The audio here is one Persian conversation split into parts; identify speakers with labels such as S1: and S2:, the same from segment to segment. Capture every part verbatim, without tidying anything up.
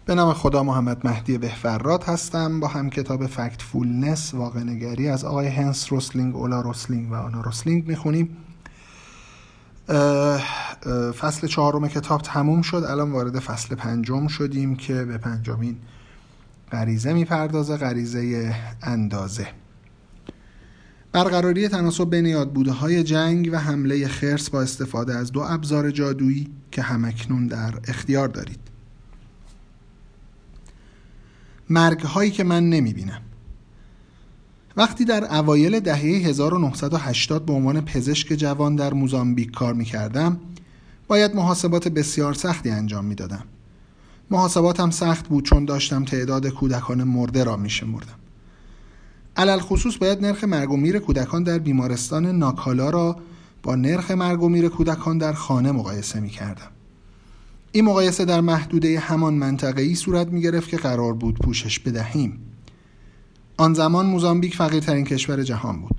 S1: به نام خدا، محمد مهدی بهفراد هستم. با هم کتاب فکتفولنس، واقع نگری از آقای هنس روسلینگ، اولا روسلینگ و آنا روسلینگ میخونیم. فصل چهارم کتاب تموم شد. الان وارد فصل پنجم شدیم که به پنجمین غریزه میپردازه، غریزه اندازه. برقراری تناسب بین یادبوده‌های جنگ و حمله خرس با استفاده از دو ابزار جادویی که همکنون در اختیار دارید. مرگ هایی که من نمی بینم. وقتی در اوایل دهه هزار و نهصد و هشتاد به عنوان پزشک جوان در موزامبیک کار می کردم، باید محاسبات بسیار سختی انجام می دادم. محاسباتم سخت بود چون داشتم تعداد کودکان مرده را می شمردم. علل خصوص باید نرخ مرگ و میر کودکان در بیمارستان ناکالا را با نرخ مرگ و میر کودکان در خانه مقایسه می کردم. این مقایسه در محدوده همان منطقه‌ای صورت می‌گرفت که قرار بود پوشش بدهیم. آن زمان موزامبیک فقیرترین کشور جهان بود.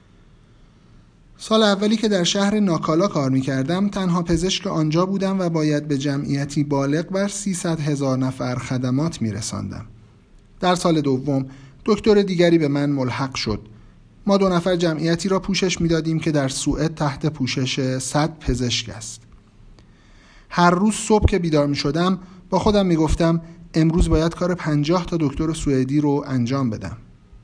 S1: سال اولی که در شهر ناکالا کار می‌کردم، تنها پزشک آنجا بودم و باید به جمعیتی بالغ بر سیصد هزار نفر خدمات می‌رساندم. در سال دوم دکتر دیگری به من ملحق شد. ما دو نفر جمعیتی را پوشش می‌دادیم که در سوئد تحت پوشش صد پزشک است. هر روز صبح که بیدار می شدم با خودم می گفتم امروز باید کار پنجاه تا دکتر سوئدی رو انجام بدم.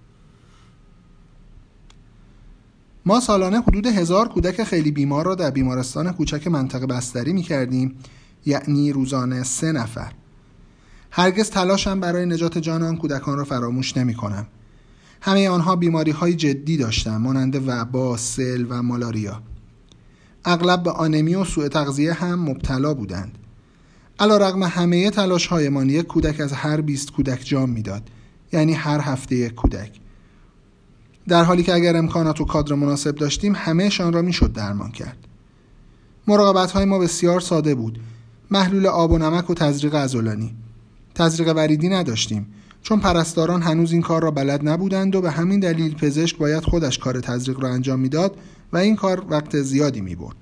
S1: ما سالانه حدود هزار کودک خیلی بیمار را در بیمارستان کوچک منطقه بستری می کردیم، یعنی روزانه سه نفر. هرگز تلاشم برای نجات جان آن کودکان را فراموش نمی کنم. همه آنها بیماری های جدی داشتند، مانند وبا، سل و مالاریا. اغلب به آنمی و سوء تغذیه هم مبتلا بودند. علیرغم همه تلاش‌هایمان یک کودک از هر بیست کودک جان میداد، یعنی هر هفته یک کودک. در حالی که اگر امکانات و کادر مناسب داشتیم همه‌شان را میشد درمان کرد. مراقبت‌های ما بسیار ساده بود: محلول آب و نمک و تزریق عضلانی. تزریق وریدی نداشتیم چون پرستاران هنوز این کار را بلد نبودند و به همین دلیل پزشک باید خودش کار تزریق را انجام میداد و این کار وقت زیادی می برد.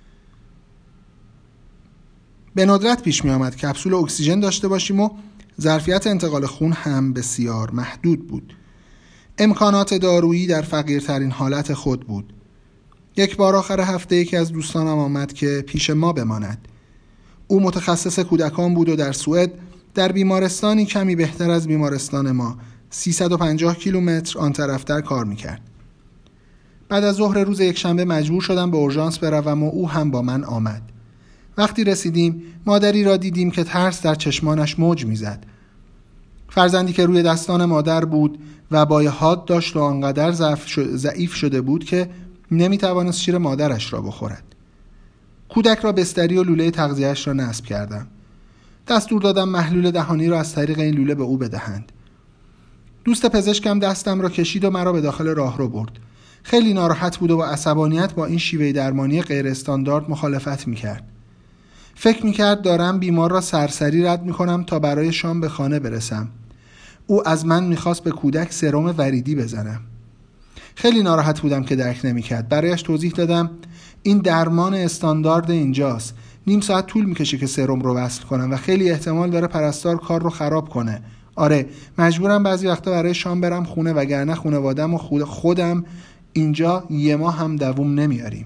S1: به ندرت پیش می آمد کپسول اکسیژن داشته باشیم و ظرفیت انتقال خون هم بسیار محدود بود. امکانات دارویی در فقیرترین حالت خود بود. یک بار آخر هفته یکی از دوستانم آمد که پیش ما بماند. او متخصص کودکان بود و در سوئد در بیمارستانی کمی بهتر از بیمارستان ما سیصد و پنجاه کیلومتر آن طرفتر کار می کرد. بعد از ظهر روز یکشنبه مجبور شدم به اورژانس بروم و او هم با من آمد. وقتی رسیدیم مادری را دیدیم که ترس در چشمانش موج میزد. فرزندی که روی دستان مادر بود و وبای حاد داشت و آنقدر ضعیف شده بود که نمیتوانست شیر مادرش را بخورد. کودک را بستری و لوله تغذیه‌اش را نصب کردم. دستور دادم محلول دهانی را از طریق این لوله به او بدهند. دوست پزشکم دستم را کشید و مرا به داخل راهرو برد. خیلی ناراحت بود و با عصبانیت با این شیوه درمانی غیر استاندارد مخالفت میکرد. فکر میکرد دارم بیمار را سرسری رد میکنم تا برای شام به خانه برسم. او از من میخواست به کودک سرم وریدی بزنم. خیلی ناراحت بودم که درک نمیکرد. برایش توضیح دادم این درمان استاندارد اینجاست. نیم ساعت طول میکشه که سرم رو وصل کنم و خیلی احتمال داره پرستار کار رو خراب کنه. آره، مجبورم بعضی وقتا برای شام برم خونه، وگرنه خانواده‌ام و خود خودم اینجا یه ماه هم دووم نمیاریم.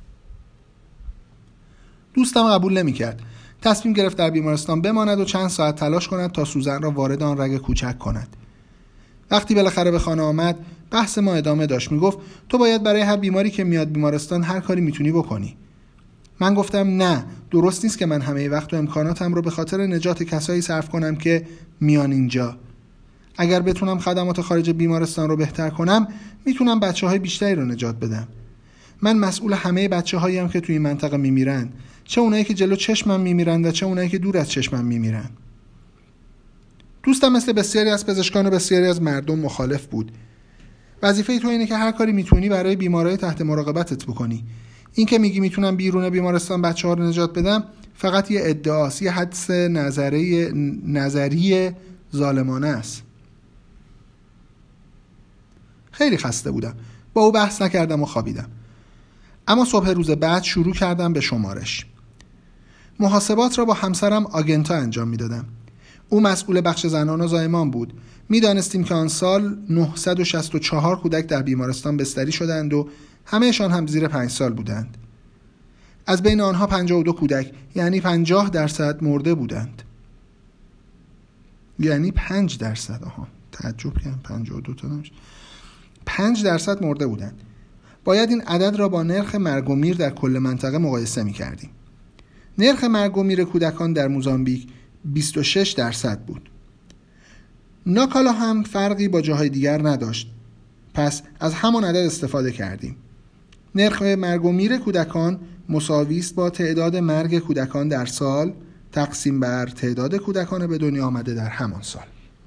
S1: دوستم قبول نمی‌کرد. تصمیم گرفت در بیمارستان بماند و چند ساعت تلاش کند تا سوزن را وارد آن رگ کوچک کند. وقتی بالاخره به خانه آمد، بحث ما ادامه داشت. میگفت تو باید برای هر بیماری که میاد بیمارستان هر کاری میتونی بکنی. من گفتم نه، درست نیست که من همه وقت و امکاناتم رو به خاطر نجات کسایی صرف کنم که میان اینجا. اگر بتونم خدمات خارج بیمارستان رو بهتر کنم، میتونم بچه‌های بیشتری رو نجات بدم. من مسئول همه بچه‌هاییم که توی این منطقه میمیرن، چه اونایی که جلو چشمم میمیرن و چه اونایی که دور از چشمم میمیرن. دوستم مثل بسیاری از پزشکان و بسیاری از مردم مخالف بود. وظیفه تو اینه که هر کاری میتونی برای بیمارای تحت مراقبتت بکنی. این که میگی میتونم بیرون بیمارستان بچه‌ها رو نجات بدم فقط یه ادعاست، یه حدس نظری نظری ظالمانه است. خیلی خسته بودم. با او بحث نکردم و خوابیدم. اما صبح روز بعد شروع کردم به شمارش. محاسبات را با همسرم آگنتا انجام میدادم. او مسئول بخش زنان و زایمان بود. می‌دانستیم که آن سال نهصد و شصت و چهار کودک در بیمارستان بستری شدند و همه‌شان هم زیر پنج سال بودند. از بین آنها پنجاه و دو کودک، یعنی پنجاه درصد مرده بودند. یعنی پنج درصد آها تعجب کردم، پنجاه و دو تا نمیشه. پنج درصد مرده بودند. باید این عدد را با نرخ مرگ و میر در کل منطقه مقایسه می‌کردیم. نرخ مرگ و میر کودکان در موزامبیک بیست و شش درصد بود. ناکالا هم فرقی با جاهای دیگر نداشت. پس از همان عدد استفاده کردیم. نرخ مرگ و میر کودکان مساوی است با تعداد مرگ کودکان در سال تقسیم بر تعداد کودکان به دنیا آمده در همان سال.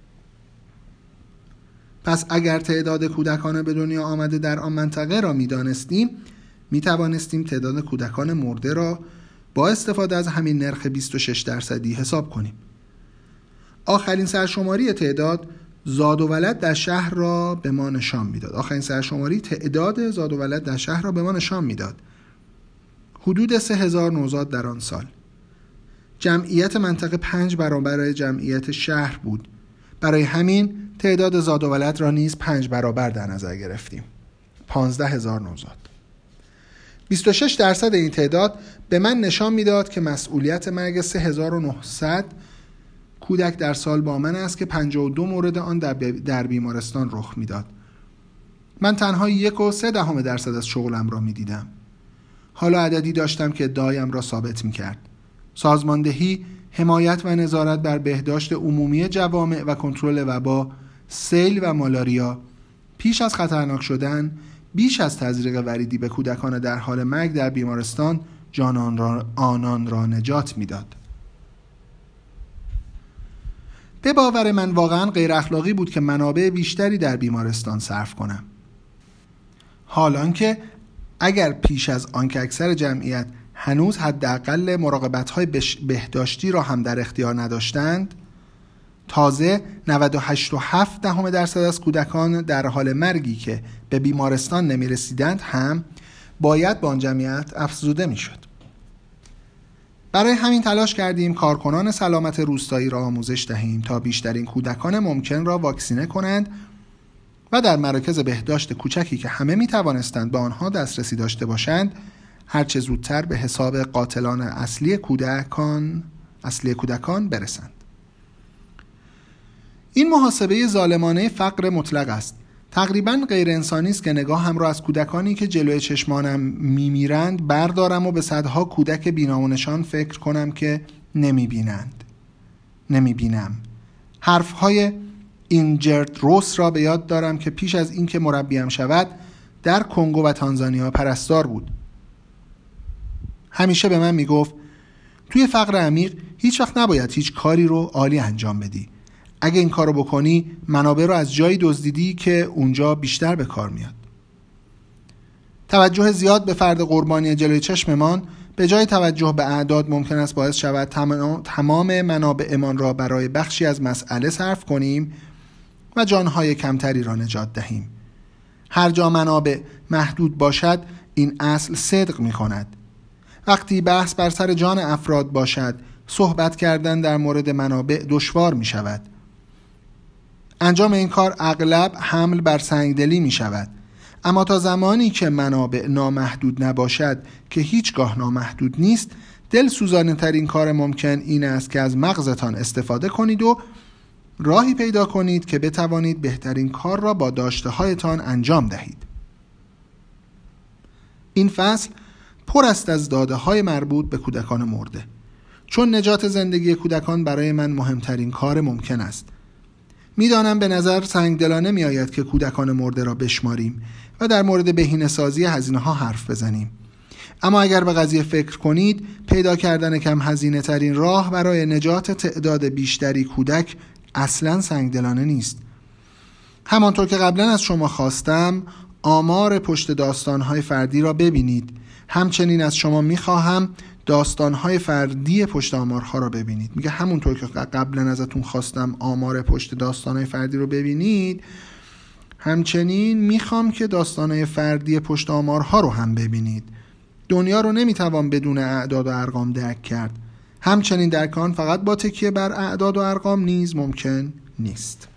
S1: پس اگر تعداد کودکان به دنیا آمده در آن منطقه را می دانستیم، می توانستیم تعداد کودکان مرده را با استفاده از همین نرخ بیست و شش درصدی حساب کنیم. آخرین سرشماری تعداد زاد و ولد در شهر را به ما نشان میداد. آخرین سرشماری تعداد زاد و ولد در شهر را به ما نشان میداد. حدود سه هزار نوزاد در آن سال. جمعیت منطقه پنج برابر جمعیت شهر بود. برای همین تعداد زاد و ولد را نیز پنج برابر در نظر گرفتیم. پانزده هزار نوزاد. بیست و شش درصد این تعداد به من نشان میداد که مسئولیت مرگ سه هزار و نهصد کودک در سال با من است که پنجاه و دو مورد آن در بیمارستان رخ میداد. من تنها یک و سه دهم درصد از شغلم را میدیدم. حالا عددی داشتم که ادعایم را ثابت میکرد. سازماندهی، حمایت و نظارت بر بهداشت عمومی جوامع و کنترل وبا، سیل و مالاریا، پیش از خطرناک شدن، بیش از تزریق وریدی به کودکان در حال مرگ در بیمارستان جانان را آنان را نجات میداد. به باور من واقعا غیر اخلاقی بود که منابع بیشتری در بیمارستان صرف کنم. حالان که اگر پیش از آنکه اکثر جمعیت هنوز حداقل مراقبت‌های بهداشتی را هم در اختیار نداشتند، تازه نود و هشت و هفت دهم درصد از کودکان در حال مرگی که به بیمارستان نمی رسیدند هم باید با آن جمعیت افزوده می شد. برای همین تلاش کردیم کارکنان سلامت روستایی را آموزش دهیم تا بیشترین کودکان ممکن را واکسینه کنند و در مراکز بهداشت کوچکی که همه می توانستند به آنها دسترسی داشته باشند هرچه زودتر به حساب قاتلان اصلی کودکان اصلی کودکان برسند. این محاسبه ظالمانه فقر مطلق است. تقریباً غیر انسانی است که نگاهم را از کودکانی که جلوی چشمانم میمیرند بردارم و به صدها کودک بی‌نام فکر کنم که نمیبینند. نمیبینم. حرفهای اینجرد روس را به یاد دارم که پیش از اینکه مربیم شود در کنگو و تانزانیا پرستار بود. همیشه به من میگفت توی فقر عمیق هیچ وقت نباید هیچ کاری رو عالی انجام بدی. اگه این کارو بکنی منابع رو از جایی دزدیدی که اونجا بیشتر به کار میاد. توجه زیاد به فرد قربانی جلوی چشممان به جای توجه به اعداد ممکن است باعث شود تمام منابعمان را برای بخشی از مسئله صرف کنیم و جانهای کمتری را نجات دهیم. هر جا منابع محدود باشد این اصل صدق می کند. وقتی بحث بر سر جان افراد باشد صحبت کردن در مورد منابع دشوار می شود. انجام این کار اغلب حمل بر سنگدلی می شود. اما تا زمانی که منابع نامحدود نباشد که هیچگاه نامحدود نیست، دل سوزانه ترین کار ممکن این است که از مغزتان استفاده کنید و راهی پیدا کنید که بتوانید بهترین کار را با داشته هایتان انجام دهید. این فصل پر است از داده های مربوط به کودکان مرده، چون نجات زندگی کودکان برای من مهمترین کار ممکن است. میدانم به نظر سنگدلانه می آید که کودکان مرده را بشماریم و در مورد بهینه‌سازی هزینه ها حرف بزنیم. اما اگر به قضیه فکر کنید، پیدا کردن کم هزینه ترین راه برای نجات تعداد بیشتری کودک اصلاً سنگدلانه نیست. همانطور که قبلا از شما خواستم، آمار پشت داستان‌های فردی را ببینید. همچنین از شما می‌خواهم داستان‌های فردی پشت آمارها را ببینید. میگه همونطور که قبلا ازتون خواستم آمار پشت داستان‌های فردی رو ببینید، همچنین میخوام که داستان‌های فردی پشت آمارها رو هم ببینید. دنیا رو نمیتوان بدون اعداد و ارقام درک کرد. همچنین درک آن فقط با تکیه بر اعداد و ارقام نیز ممکن نیست.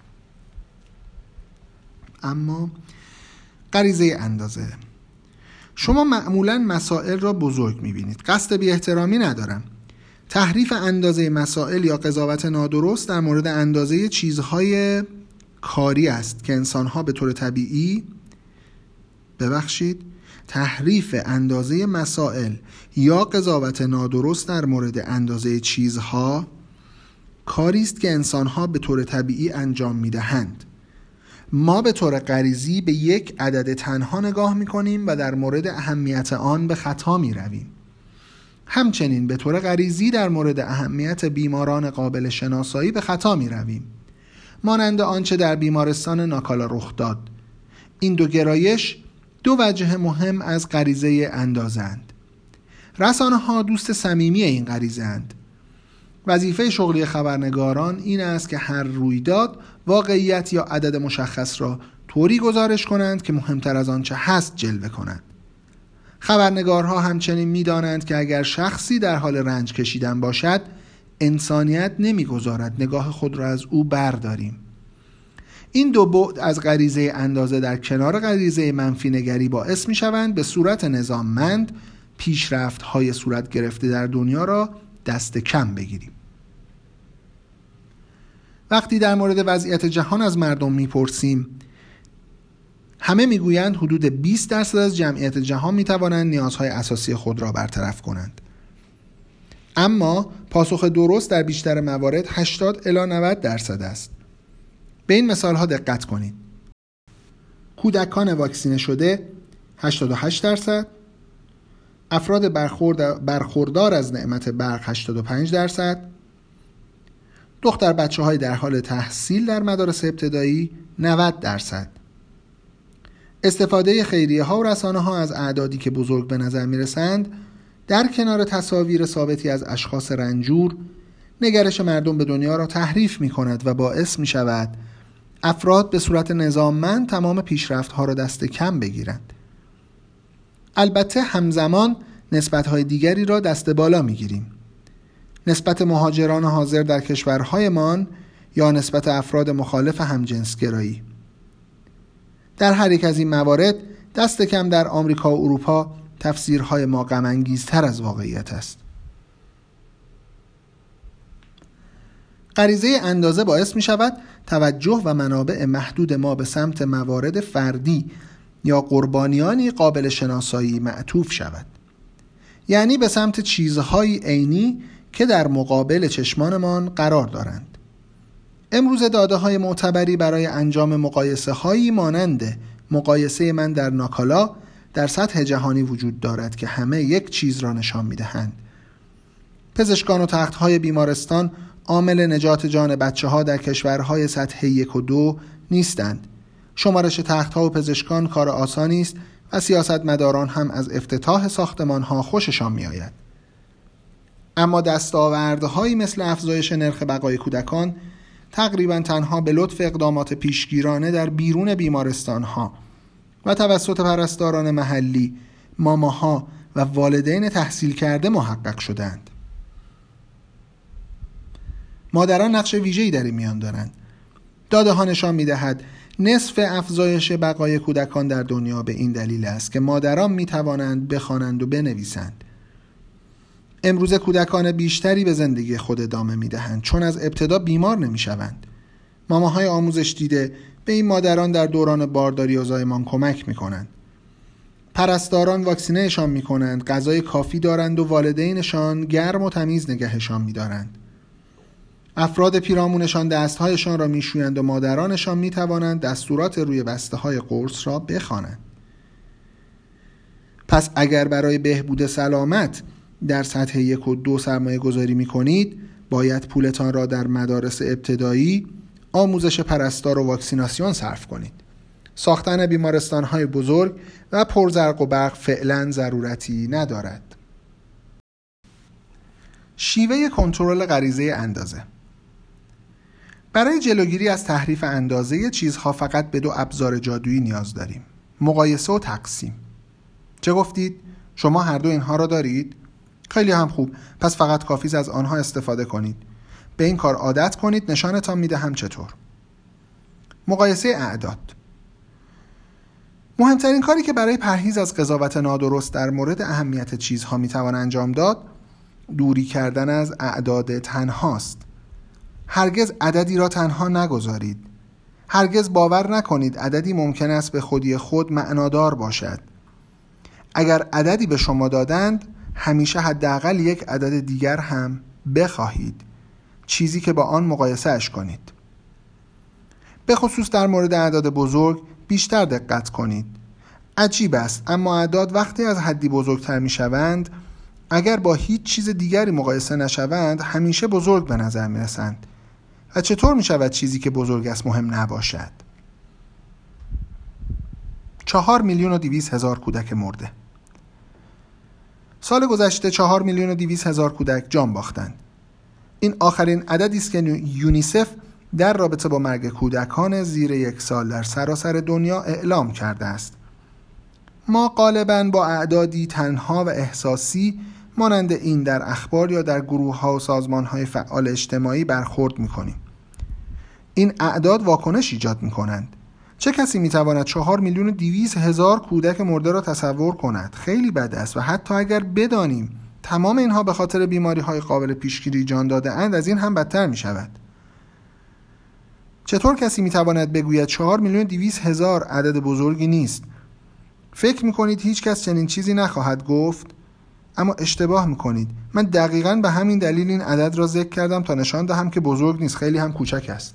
S1: اما غریزه اندازه. شما معمولاً مسائل را بزرگ می‌بینید. قصد بی احترامی ندارم. تحریف اندازه مسائل یا قضاوت نادرست در مورد اندازه چیزهای کاری است که انسان‌ها به طور طبیعی ببخشید تحریف اندازه مسائل یا قضاوت نادرست در مورد اندازه چیزها کاری است که انسان‌ها به طور طبیعی انجام می‌دهند. ما به طور غریزی به یک عدد تنها نگاه می‌کنیم و در مورد اهمیت آن به خطا می‌رویم. همچنین به طور غریزی در مورد اهمیت بیماران قابل شناسایی به خطا می‌رویم، مانند آنچه در بیمارستان ناکالا رخ داد. این دو گرایش دو وجه مهم از غریزه اندازه‌اند. رسانه‌ها دوست صمیمی این غریزه‌اند. وظیفه شغلی خبرنگاران این است که هر رویداد، واقعیت یا عدد مشخص را طوری گزارش کنند که مهمتر از آنچه هست جلوه کنند. خبرنگارها همچنین می‌دانند که اگر شخصی در حال رنج کشیدن باشد، انسانیت نمی‌گذارد نگاه خود را از او برداریم. این دو بعد از غریزه اندازه در کنار غریزه منفی نگری باعث می‌شوند به صورت نظاممند پیشرفت‌های صورت گرفته در دنیا را دست کم بگیریم. وقتی در مورد وضعیت جهان از مردم می‌پرسیم، همه میگویند حدود بیست درصد از جمعیت جهان میتوانند نیازهای اساسی خود را برطرف کنند. اما پاسخ درست در بیشتر موارد هشتاد الی نود درصد است. به این مثالها دقت کنید. کودکان واکسینه شده هشتاد و هشت درصد، افراد برخوردار از نعمت برق هشتاد و پنج درصد، دختر بچه های در حال تحصیل در مدارس ابتدایی نود درصد. استفاده خیریه ها و رسانه ها از اعدادی که بزرگ به نظر می رسند در کنار تصاویر ثابتی از اشخاص رنجور، نگرش مردم به دنیا را تحریف می کند و باعث می شود افراد به صورت نظاممند تمام پیشرفت ها را دست کم بگیرند. البته همزمان نسبت های دیگری را دست بالا می گیریم. نسبت مهاجران حاضر در کشورهایمان یا نسبت افراد مخالف همجنسگرایی. در هر یک از این موارد دست کم در آمریکا و اروپا تفسیرهای ما غم انگیزتر از واقعیت است. غریزه اندازه باعث می شود توجه و منابع محدود ما به سمت موارد فردی یا قربانیانی قابل شناسایی معطوف شود، یعنی به سمت چیزهای عینی که در مقابل چشمانمان قرار دارند. امروز داده های معتبری برای انجام مقایسه هایی مانند مقایسه من در ناکالا در سطح جهانی وجود دارد که همه یک چیز را نشان می دهند. پزشکان و تخت های بیمارستان عامل نجات جان بچه ها در کشورهای سطح یک و دو نیستند. شمارش تخت ها و پزشکان کار آسانی است و سیاستمداران هم از افتتاح ساختمان ها خوششان می آید. اما دستاوردهایی مثل افزایش نرخ بقای کودکان تقریبا تنها به لطف اقدامات پیشگیرانه در بیرون بیمارستان ها و توسط پرستاران محلی، ماماها و والدین تحصیل کرده محقق شدند. مادران نقش ویژه‌ای در این میان دارند. داده ها نشان می‌دهد نصف افزایش بقای کودکان در دنیا به این دلیل است که مادران می‌توانند بخوانند و بنویسند. امروز کودکان بیشتری به زندگی خود ادامه می‌دهند چون از ابتدا بیمار نمی‌شوند. ماماهای آموزش دیده به این مادران در دوران بارداری و زایمان کمک می‌کنند. پرستاران واکسینه‌شان می‌کنند، غذای کافی دارند و والدینشان گرم و تمیز نگهشان می‌دارند. افراد پیرامونشان دستهایشان را میشویند و مادرانشان میتوانند دستورات روی بسته‌های قرص را بخوانند. پس اگر برای بهبود سلامت در سطح یک و دو سرمایه گذاری میکنید، باید پولتان را در مدارس ابتدایی، آموزش پرستار و واکسیناسیون صرف کنید. ساختن بیمارستان‌های بزرگ و پرزرق و برق فعلا ضرورتی ندارد. شیوه کنترل غریزه اندازه. برای جلوگیری از تحریف اندازه چیزها فقط به دو ابزار جادویی نیاز داریم: مقایسه و تقسیم. چه گفتید؟ شما هر دو اینها را دارید؟ خیلی هم خوب، پس فقط کافی از آنها استفاده کنید. به این کار عادت کنید، نشانتان میدهم چطور. مقایسه اعداد. مهمترین کاری که برای پرهیز از قضاوت نادرست در مورد اهمیت چیزها میتوان انجام داد، دوری کردن از اعداد تنهاست. هرگز عددی را تنها نگذارید. هرگز باور نکنید عددی ممکن است به خودی خود معنادار باشد. اگر عددی به شما دادند، همیشه حداقل یک عدد دیگر هم بخواهید، چیزی که با آن مقایسه اش کنید. به خصوص در مورد اعداد بزرگ بیشتر دقت کنید. عجیب است، اما اعداد وقتی از حدی بزرگتر می شوند، اگر با هیچ چیز دیگری مقایسه نشوند، همیشه بزرگ به نظر می رسند. و چطور می شود چیزی که بزرگ است مهم نباشد؟ چهار میلیون و دویست هزار کودک مرده. سال گذشته چهار میلیون و دویست هزار کودک جان باختند. این آخرین عددی است که یونیسف در رابطه با مرگ کودکان زیر یک سال در سراسر دنیا اعلام کرده است. ما غالباً با اعدادی تنها و احساسی مانند این در اخبار یا در گروه‌ها و سازمان‌های فعال اجتماعی برخورد می‌کنیم. این اعداد واکنش ایجاد می‌کنند. چه کسی می‌تواند چهار میلیون و دویست هزار کودک مرده را تصور کند؟ خیلی بد است و حتی اگر بدانیم تمام اینها به خاطر بیماری‌های قابل پیشگیری جان داده‌اند، از این هم بدتر می‌شود. چطور کسی می‌تواند بگوید چهار میلیون و دویست هزار عدد بزرگی نیست؟ فکر می‌کنید هیچ کس چنین چیزی نخواهد گفت؟ اما اشتباه می‌کنید. من دقیقاً به همین دلیل این عدد را ذکر کردم تا نشان دهم که بزرگ نیست، خیلی هم کوچک است.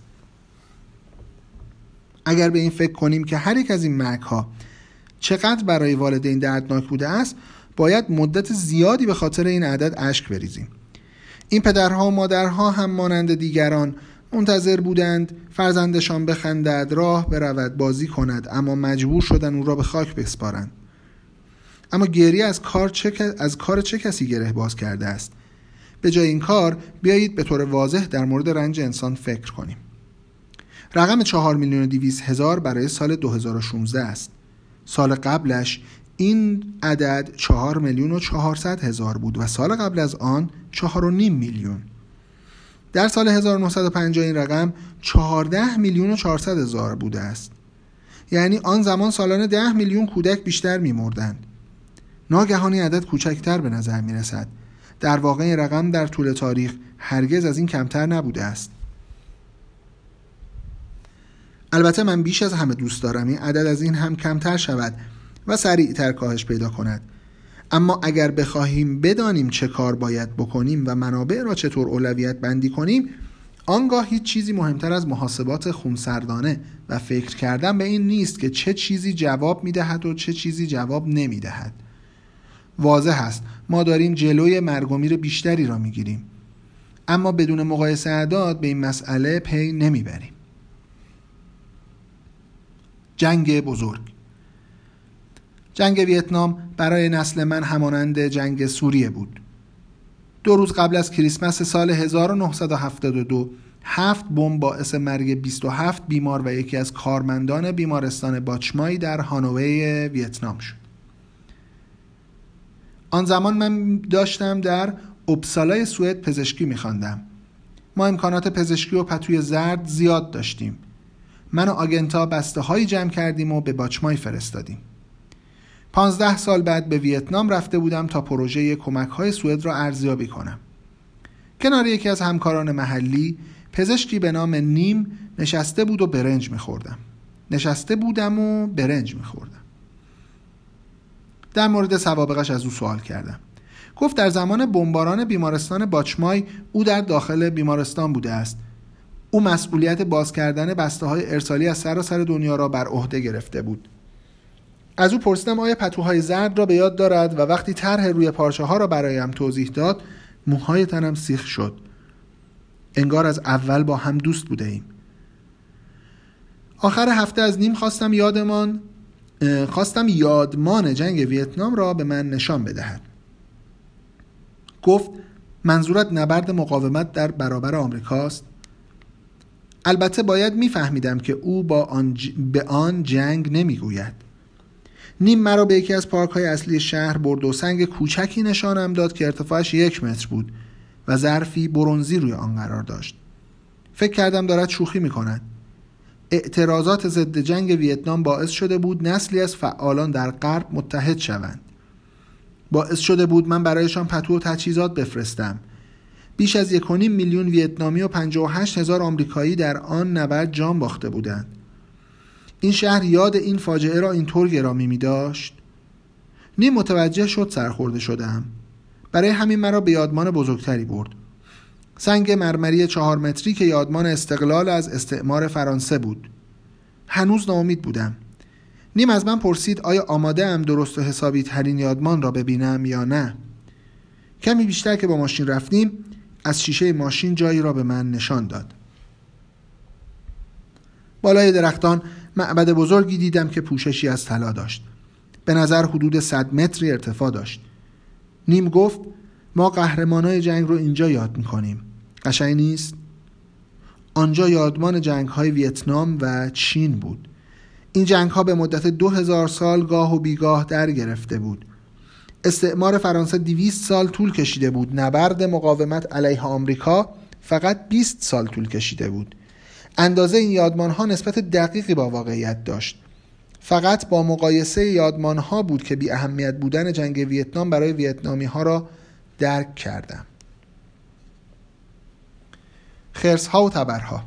S1: اگر به این فکر کنیم که هر یک از این مرگ‌ها چقدر برای والدین دردناک بوده است، باید مدت زیادی به خاطر این عدد اشک بریزیم. این پدرها و مادرها هم مانند دیگران منتظر بودند فرزندشان بخندد، راه برود، بازی کند، اما مجبور شدند او را به خاک بسپارند. اما گریه از کار چه از کار چه کسی گره باز کرده است؟ به جای این کار بیایید به طور واضح در مورد رنج انسان فکر کنیم. رقم چهار میلیون و دویست هزار برای سال دو هزار و شانزده است. سال قبلش این عدد چهار میلیون و چهارصد هزار بود و سال قبل از آن چهار و نیم میلیون. در سال هزار و نهصد و پنجاه این رقم چهارده میلیون و چهارصد هزار بوده است. یعنی آن زمان سالانه ده میلیون کودک بیشتر می‌مردند. ناگهانی عدد کوچکتر به نظر می‌رسد. در واقع این رقم در طول تاریخ هرگز از این کمتر نبوده است. البته من بیش از همه دوست دارم این عدد از این هم کمتر شود و سریعتر کاهش پیدا کند. اما اگر بخواهیم بدانیم چه کار باید بکنیم و منابع را چطور اولویت بندی کنیم، آنگاه هیچ چیزی مهمتر از محاسبات خونسردانه و فکر کردن به این نیست که چه چیزی جواب می‌دهد و چه چیزی جواب نمی‌دهد. واضح است ما داریم جلوی مرگ و میر بیشتری را می‌گیریم، اما بدون مقایسه اعداد به این مسئله پی نمی‌بریم. جنگ بزرگ. جنگ ویتنام برای نسل من همانند جنگ سوریه بود. دو روز قبل از کریسمس سال هزار و نهصد و هفتاد و دو هفت بمب باعث مرگ بیست و هفت بیمار و یکی از کارمندان بیمارستان باچمای در هانوی ویتنام شد. آن زمان من داشتم در اوبسالای سوئد پزشکی می‌خواندم. ما امکانات پزشکی و پتوی زرد زیاد داشتیم. من و آگنتا بسته هایی جمع کردیم و به باچمای فرستادیم. پانزده سال بعد به ویتنام رفته بودم تا پروژه کمک های سوئد را ارزیابی کنم. کنار یکی از همکاران محلی پزشکی به نام نیم نشسته بود و برنج می‌خوردم. نشسته بودم و برنج می‌خوردم. در مورد سوابقش از او سوال کردم. گفت در زمان بمباران بیمارستان باچمای او در داخل بیمارستان بوده است. او مسئولیت باز کردن بسته‌های ارسالی از سراسر دنیا را بر عهده گرفته بود. از او پرسیدم آیا پتوهای زرد را به یاد دارد و وقتی طرح روی پارچه ها را برایم توضیح داد، موهای تنم سیخ شد. انگار از اول با هم دوست بوده ایم. آخر هفته از نیم خواستم یادمان خواستم یادمان جنگ ویتنام را به من نشان بدهد. گفت منظورت نبرد مقاومت در برابر آمریکاست؟ البته باید میفهمیدم که او با آن ج... به آن جنگ نمیگوید. نیم مرا به یکی از پارک‌های اصلی شهر برد و سنگ کوچکی نشانم داد که ارتفاعش یک متر بود و ظرفی برنزی روی آن قرار داشت. فکر کردم دارد شوخی می‌کند. اعتراضات ضد جنگ ویتنام باعث شده بود نسلی از فعالان در غرب متحد شوند. باعث شده بود من برایشان پتو و تجهیزات بفرستم. بیش از یک و نیم میلیون ویتنامی و پنجاه و هشت هزار آمریکایی در آن نبرد جان باخته بودند. این شهر یاد این فاجعه را اینطور گرامی می داشت. نیم متوجه شد سرخورده شدم. برای همین مرا به یادمان بزرگتری برد. سنگ مرمری چهار متری که یادمان استقلال از استعمار فرانسه بود. هنوز ناامید بودم. نیم از من پرسید آیا آماده ام درست و حسابی ترین یادمان را ببینم یا نه. کمی بیشتر که با ماشین رفتیم از شیشه ماشین جایی را به من نشان داد. بالای درختان معبد بزرگی دیدم که پوششی از طلا داشت. به نظر حدود صد متری ارتفاع داشت. نیم گفت ما قهرمانای جنگ رو اینجا یاد میکنیم. قشنگ نیست؟ آنجا یادمان جنگ‌های ویتنام و چین بود. این جنگ‌ها به مدت دو هزار سال گاه و بیگاه در گرفته بود. استعمار فرانسه دویست سال طول کشیده بود. نبرد مقاومت علیه آمریکا فقط بیست سال طول کشیده بود. اندازه این یادمان‌ها نسبت دقیقی با واقعیت داشت. فقط با مقایسه یادمان‌ها بود که بی اهمیت بودن جنگ ویتنام برای ویتنامی‌ها را درک کردم. خرس‌ها و تبرها.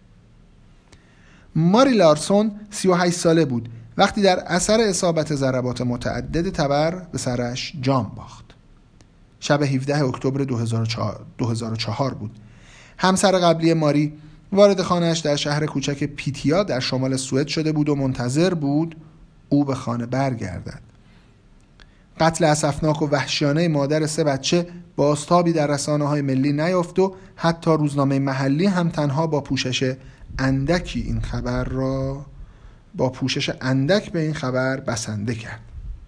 S1: ماری لارسون سی و هشت ساله بود وقتی در اثر اصابت ضربات متعدد تبر به سرش جان باخت. شب هفدهم اکتبر دو هزار و چهار بود. همسر قبلی ماری وارد خانه‌اش در شهر کوچک پیتیا در شمال سوئد شده بود و منتظر بود او به خانه برگردد. قتل اسفناک و وحشیانه مادر سه بچه بازتابی در رسانه‌های ملی نیافت و حتی روزنامه محلی هم تنها با پوشش اندکی این خبر را با پوشش اندک به این خبر بسنده کرد.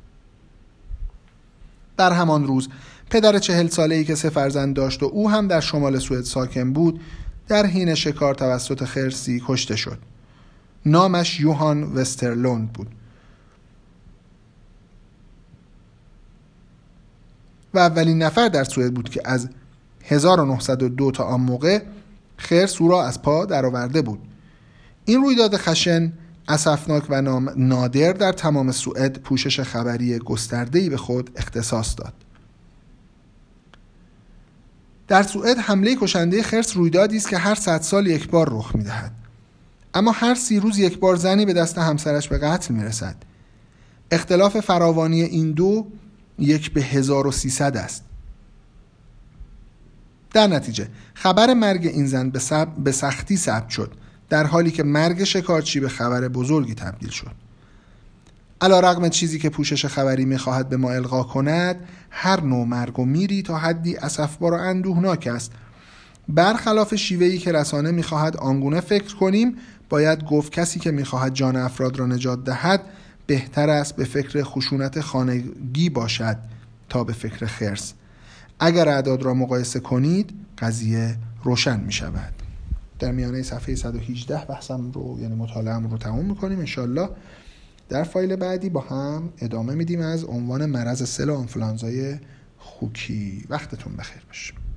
S1: در همان روز پدر چهل ساله‌ای که سه فرزند داشت و او هم در شمال سوئد ساکن بود در حین شکار توسط خرسی کشته شد. نامش یوهان وسترلوند بود و اولین نفر در سوئد بود که از هزار و نهصد و دو تا آن موقع خرس او را از پا درآورده بود. این رویداد خشن، اسفناک و نادر در تمام سوئد پوشش خبری گسترده‌ای به خود اختصاص داد. در سوئد حمله کشنده خرس رویدادی است که هر صد سال یک بار رخ می‌دهد. اما هر سی روز یک بار زنی به دست همسرش به قتل می‌رسد. اختلاف فراوانی این دو یک به هزار و سیصد است. در نتیجه خبر مرگ این زن به, سب... به سختی ثبت شد، در حالی که مرگ شکارچی به خبر بزرگی تبدیل شد. علی‌رغم چیزی که پوشش خبری می‌خواهد به ما القا کند، هر نوع مرگ و میری تا حدی اسفبار و اندوهناک است. برخلاف شیوهی که رسانه می‌خواهد آنگونه فکر کنیم، باید گفت کسی که می‌خواهد جان افراد را نجات دهد بهتر است به فکر خشونت خانگی باشد تا به فکر خرس. اگر اعداد را مقایسه کنید قضیه روشن می شود. در میانه صفحه صد و هجده بحثم رو یعنی مطالعه‌ام رو تموم می‌کنیم. انشالله در فایل بعدی با هم ادامه میدیم از عنوان مرض سل و آنفولانزای خوکی. وقتتون بخیر باشه.